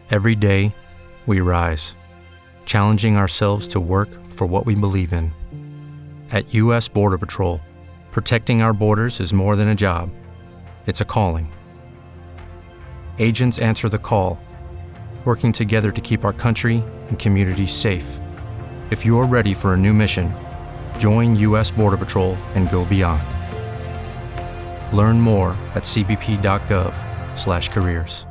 Every day, we rise, challenging ourselves to work for what we believe in. At U.S. Border Patrol, protecting our borders is more than a job. It's a calling. Agents answer the call, working together to keep our country and communities safe. If you're ready for a new mission, join U.S. Border Patrol and go beyond. Learn more at cbp.gov/careers.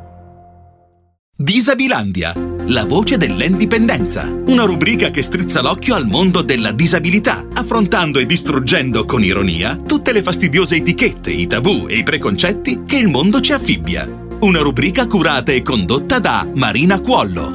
Disabilandia, la voce dell'indipendenza, una rubrica che strizza l'occhio al mondo della disabilità, affrontando e distruggendo con ironia tutte le fastidiose etichette, i tabù e i preconcetti che il mondo ci affibbia. Una rubrica curata e condotta da Marina Cuollo.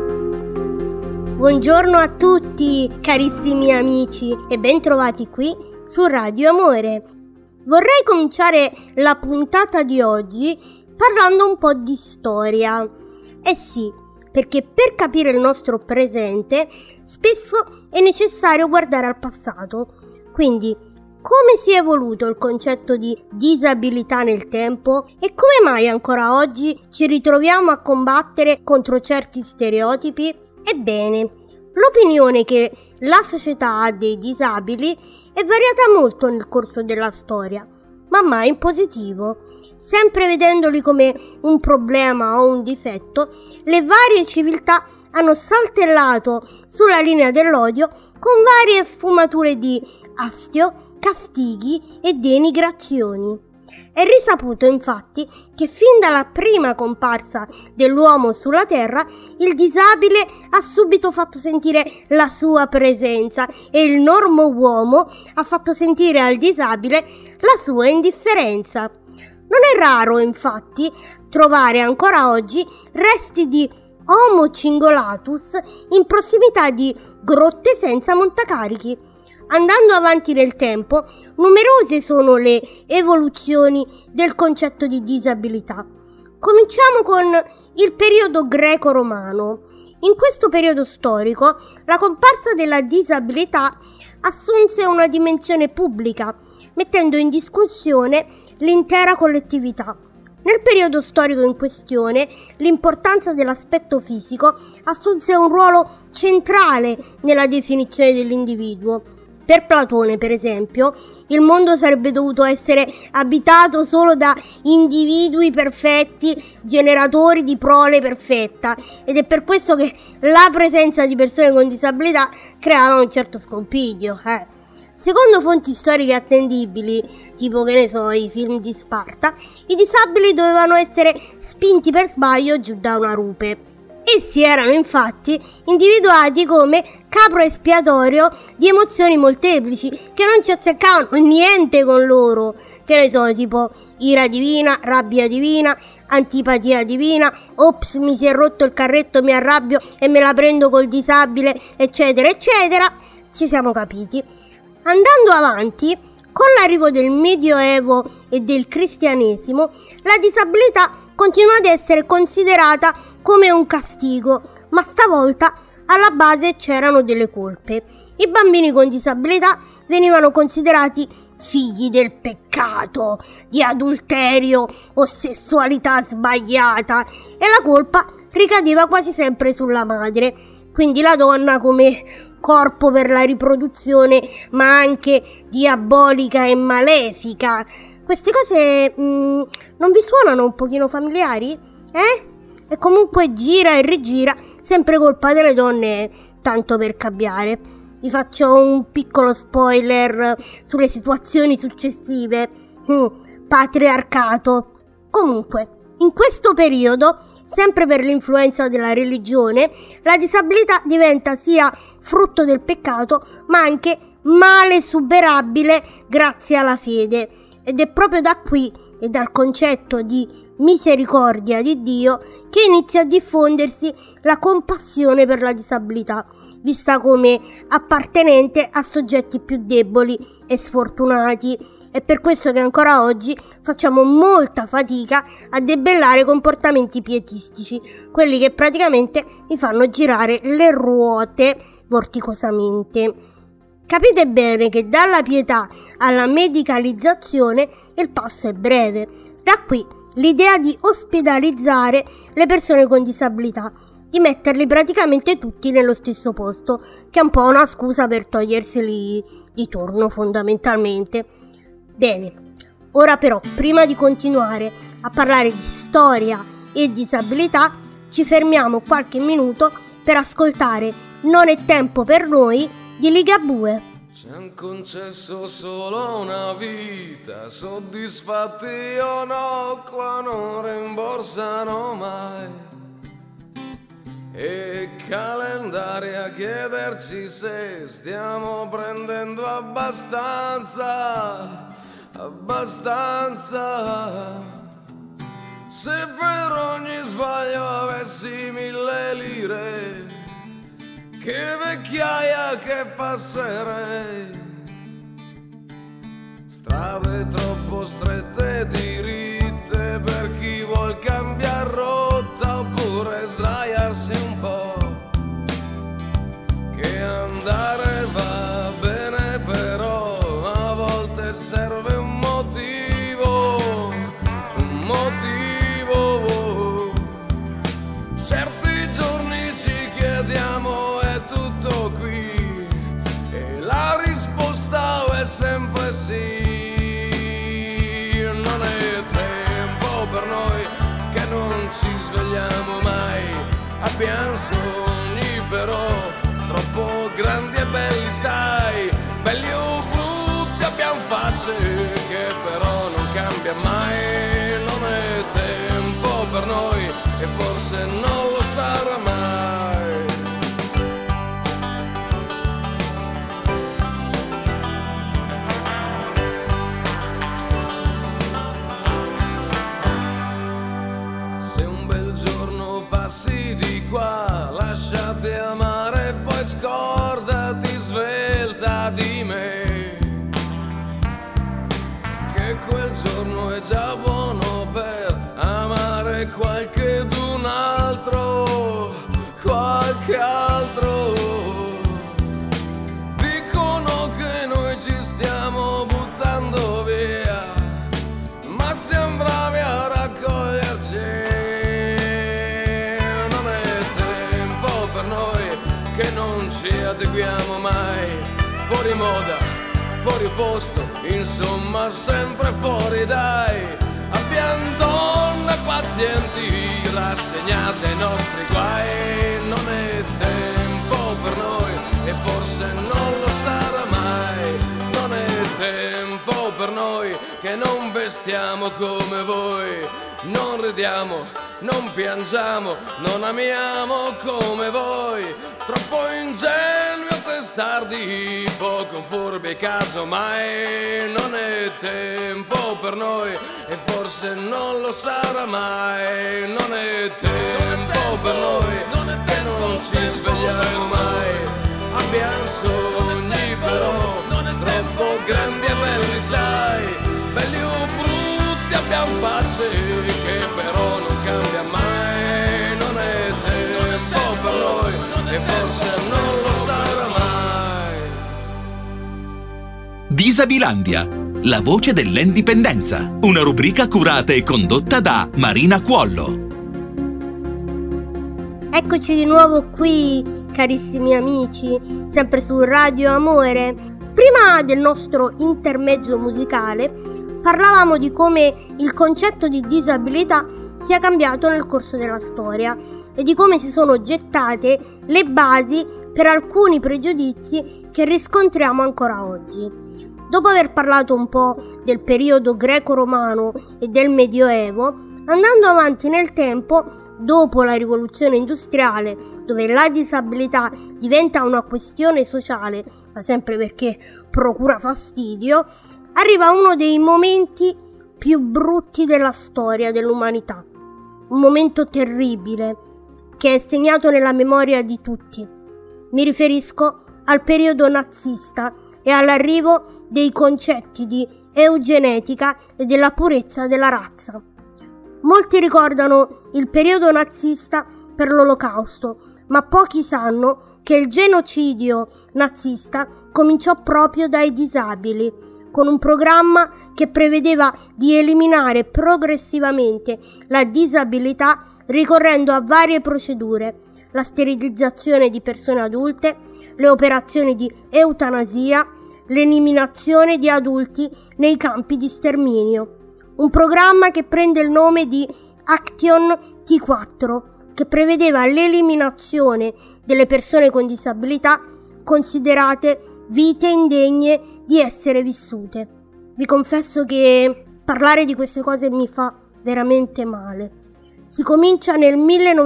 Buongiorno a tutti, carissimi amici, e bentrovati qui su Radio Amore. Vorrei cominciare la puntata di oggi parlando un po' di storia. Eh sì, perché per capire il nostro presente spesso è necessario guardare al passato. Quindi, come si è evoluto il concetto di disabilità nel tempo e come mai ancora oggi ci ritroviamo a combattere contro certi stereotipi? Ebbene, l'opinione che la società ha dei disabili è variata molto nel corso della storia, ma mai in positivo. Sempre vedendoli come un problema o un difetto, le varie civiltà hanno saltellato sulla linea dell'odio con varie sfumature di astio, castighi e denigrazioni. È risaputo infatti che fin dalla prima comparsa dell'uomo sulla Terra, il disabile ha subito fatto sentire la sua presenza e il normo uomo ha fatto sentire al disabile la sua indifferenza. Non è raro, infatti, trovare ancora oggi resti di Homo cingolatus in prossimità di grotte senza montacarichi. Andando avanti nel tempo, numerose sono le evoluzioni del concetto di disabilità. Cominciamo con il periodo greco-romano. In questo periodo storico, la comparsa della disabilità assunse una dimensione pubblica, mettendo in discussione l'intera collettività. Nel periodo storico in questione, l'importanza dell'aspetto fisico assunse un ruolo centrale nella definizione dell'individuo. Per Platone, per esempio, il mondo sarebbe dovuto essere abitato solo da individui perfetti, generatori di prole perfetta, ed è per questo che la presenza di persone con disabilità creava un certo scompiglio. Secondo fonti storiche attendibili, tipo che ne so, i film di Sparta, i disabili dovevano essere spinti per sbaglio giù da una rupe. Essi erano infatti individuati come capro espiatorio di emozioni molteplici che non ci azzeccavano niente con loro, che ne so, tipo ira divina, rabbia divina, antipatia divina, ops mi si è rotto il carretto, mi arrabbio e me la prendo col disabile, eccetera eccetera. Ci siamo capiti. Andando avanti, con l'arrivo del Medioevo e del Cristianesimo, la disabilità continua ad essere considerata come un castigo, ma stavolta alla base c'erano delle colpe. I bambini con disabilità venivano considerati figli del peccato, di adulterio o sessualità sbagliata, e la colpa ricadeva quasi sempre sulla madre. Quindi la donna come corpo per la riproduzione, ma anche diabolica e malefica. Queste cose non vi suonano un pochino familiari? E comunque gira e rigira, sempre colpa delle donne, tanto per cambiare. Vi faccio un piccolo spoiler sulle situazioni successive. Patriarcato. Comunque, in questo periodo, sempre per l'influenza della religione, la disabilità diventa sia frutto del peccato, ma anche male superabile grazie alla fede. Ed è proprio da qui e dal concetto di misericordia di Dio che inizia a diffondersi la compassione per la disabilità, vista come appartenente a soggetti più deboli e sfortunati. È per questo che ancora oggi facciamo molta fatica a debellare comportamenti pietistici, quelli che praticamente mi fanno girare le ruote vorticosamente. Capite bene che dalla pietà alla medicalizzazione il passo è breve. Da qui l'idea di ospedalizzare le persone con disabilità, di metterli praticamente tutti nello stesso posto, che è un po' una scusa per toglierseli di torno fondamentalmente. Bene, ora però, prima di continuare a parlare di storia e disabilità, ci fermiamo qualche minuto per ascoltare Non è tempo per noi di Ligabue. Ci han concesso solo una vita, soddisfatti o no, qua non rimborsano mai. E calendari a chiederci se stiamo prendendo abbastanza. Se per ogni sbaglio avessi 1000 lire, che vecchiaia che passerei. Strade troppo strette e diritte per chi vuol cambiare rotta oppure sdraiarsi un po'. Che andare va bene, però a volte serve un motivo. Certi giorni ci chiediamo è tutto qui e la risposta è sempre sì. Non è tempo per noi che non ci svegliamo mai, abbiamo sogni però troppo grandi e belli, sai, belli o brutti, abbiamo facce che però non cambia mai. Non è tempo per noi e forse non lo sarà mai. Se un bel giorno passi di qua, lasciati amare e poi scordati svelta di me, che quel giorno è già buono per amare qualcun altro, qualche altro. Dicono che noi ci stiamo buttando via, ma siamo bravi a raccoglierci. Non è tempo per noi che non ci adeguiamo mai, fuori moda, fuori posto, insomma sempre fuori dai. Abbiamo donne pazienti rassegnate ai nostri guai. Non è tempo per noi e forse non lo sarà mai. Non è tempo per noi che non vestiamo come voi, non ridiamo, non piangiamo, non amiamo come voi. Troppo ingenui o testardi, poco furbi casomai. Non è tempo per noi e forse non lo sarà mai. Non è tempo per noi che non ci svegliamo mai. Abbiamo sogni però troppo grandi e belli, sai, belli o brutti, abbiamo facce che però non cambia mai. Non è tempo per noi e forse non lo sarà mai. Disabilandia, la voce dell'indipendenza, una rubrica curata e condotta da Marina Cuollo. Eccoci di nuovo qui, carissimi amici, sempre su Radio Amore. Prima del nostro intermezzo musicale parlavamo di come il concetto di disabilità sia cambiato nel corso della storia e di come si sono gettate le basi per alcuni pregiudizi che riscontriamo ancora oggi. Dopo aver parlato un po' del periodo greco-romano e del Medioevo, andando avanti nel tempo, dopo la rivoluzione industriale, dove la disabilità diventa una questione sociale, ma sempre perché procura fastidio, arriva uno dei momenti più brutti della storia dell'umanità. Un momento terribile che è segnato nella memoria di tutti. Mi riferisco al periodo nazista e all'arrivo dei concetti di eugenetica e della purezza della razza. Molti ricordano il periodo nazista per l'Olocausto, ma pochi sanno che il genocidio nazista cominciò proprio dai disabili, con un programma che prevedeva di eliminare progressivamente la disabilità ricorrendo a varie procedure: la sterilizzazione di persone adulte, le operazioni di eutanasia, l'eliminazione di adulti nei campi di sterminio. Un programma che prende il nome di Action T4, che prevedeva l'eliminazione delle persone con disabilità considerate vite indegne di essere vissute. Vi confesso che parlare di queste cose mi fa veramente male. Si comincia nel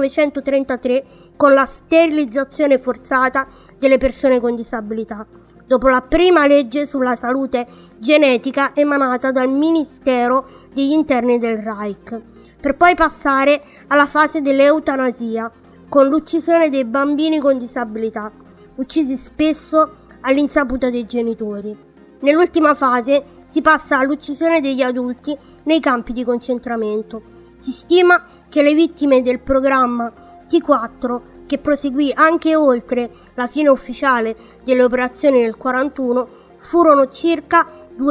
1933 con la sterilizzazione forzata delle persone con disabilità, dopo la prima legge sulla salute genetica emanata dal Ministero degli Interni del Reich, per poi passare alla fase dell'eutanasia, con l'uccisione dei bambini con disabilità, uccisi spesso all'insaputa dei genitori. Nell'ultima fase si passa all'uccisione degli adulti nei campi di concentramento. Si stima che le vittime del programma T4, che proseguì anche oltre la fine ufficiale delle operazioni nel 1941, furono circa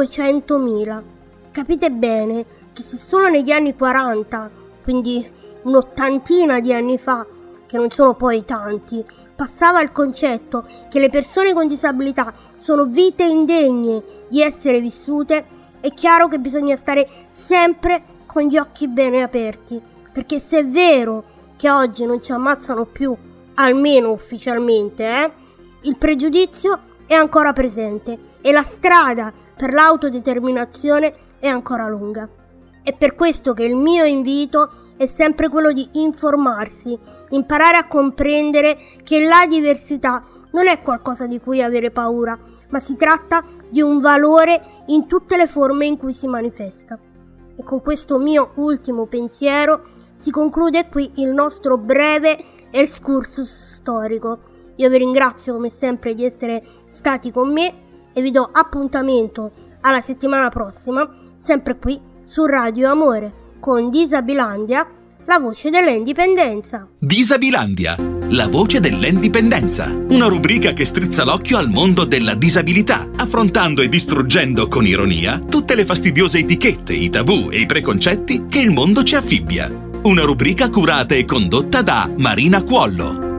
200.000. Capite bene che se solo negli anni 40, quindi un'ottantina di anni fa, che non sono poi tanti, passava il concetto che le persone con disabilità sono vite indegne di essere vissute, è chiaro che bisogna stare sempre con gli occhi bene aperti, perché se è vero che oggi non ci ammazzano più, almeno ufficialmente, il pregiudizio è ancora presente e la strada per l'autodeterminazione è ancora lunga. È per questo che il mio invito è sempre quello di informarsi, imparare a comprendere che la diversità non è qualcosa di cui avere paura, ma si tratta di un valore in tutte le forme in cui si manifesta. E con questo mio ultimo pensiero si conclude qui il nostro breve excursus storico. Io vi ringrazio come sempre di essere stati con me e vi do appuntamento alla settimana prossima, sempre qui su Radio Amore, con Disabilandia, la voce dell'indipendenza. Disabilandia, la voce dell'indipendenza. Una rubrica che strizza l'occhio al mondo della disabilità, affrontando e distruggendo con ironia tutte le fastidiose etichette, i tabù e i preconcetti che il mondo ci affibbia. Una rubrica curata e condotta da Marina Cuollo.